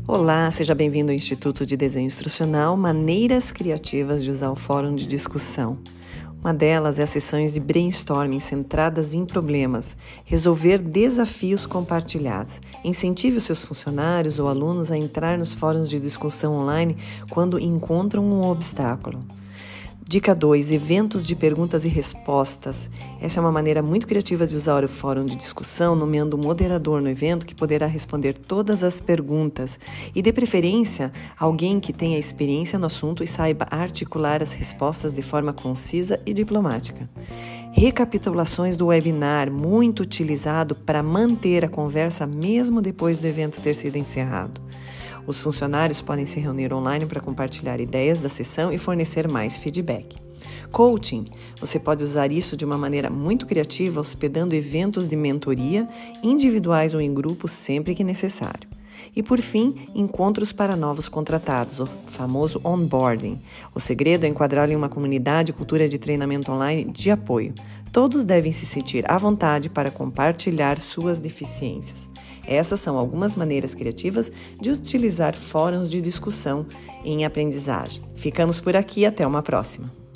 Olá, seja bem-vindo ao Instituto de Desenho Instrucional, Maneiras Criativas de usar o Fórum de Discussão. Uma delas é as sessões de brainstorming centradas em problemas, resolver desafios compartilhados. Incentive os seus funcionários ou alunos a entrar nos fóruns de discussão online quando encontram um obstáculo. Dica 2. Eventos de perguntas e respostas. Essa é uma maneira muito criativa de usar o fórum de discussão, nomeando um moderador no evento que poderá responder todas as perguntas e, de preferência, alguém que tenha experiência no assunto e saiba articular as respostas de forma concisa e diplomática. Recapitulações do webinar, muito utilizado para manter a conversa mesmo depois do evento ter sido encerrado. Os funcionários podem se reunir online para compartilhar ideias da sessão e fornecer mais feedback. Coaching. Você pode usar isso de uma maneira muito criativa, hospedando eventos de mentoria, individuais ou em grupo, sempre que necessário. E, por fim, encontros para novos contratados, o famoso onboarding. O segredo é enquadrá-lo em uma comunidade e cultura de treinamento online de apoio. Todos devem se sentir à vontade para compartilhar suas deficiências. Essas são algumas maneiras criativas de utilizar fóruns de discussão em aprendizagem. Ficamos por aqui, até uma próxima.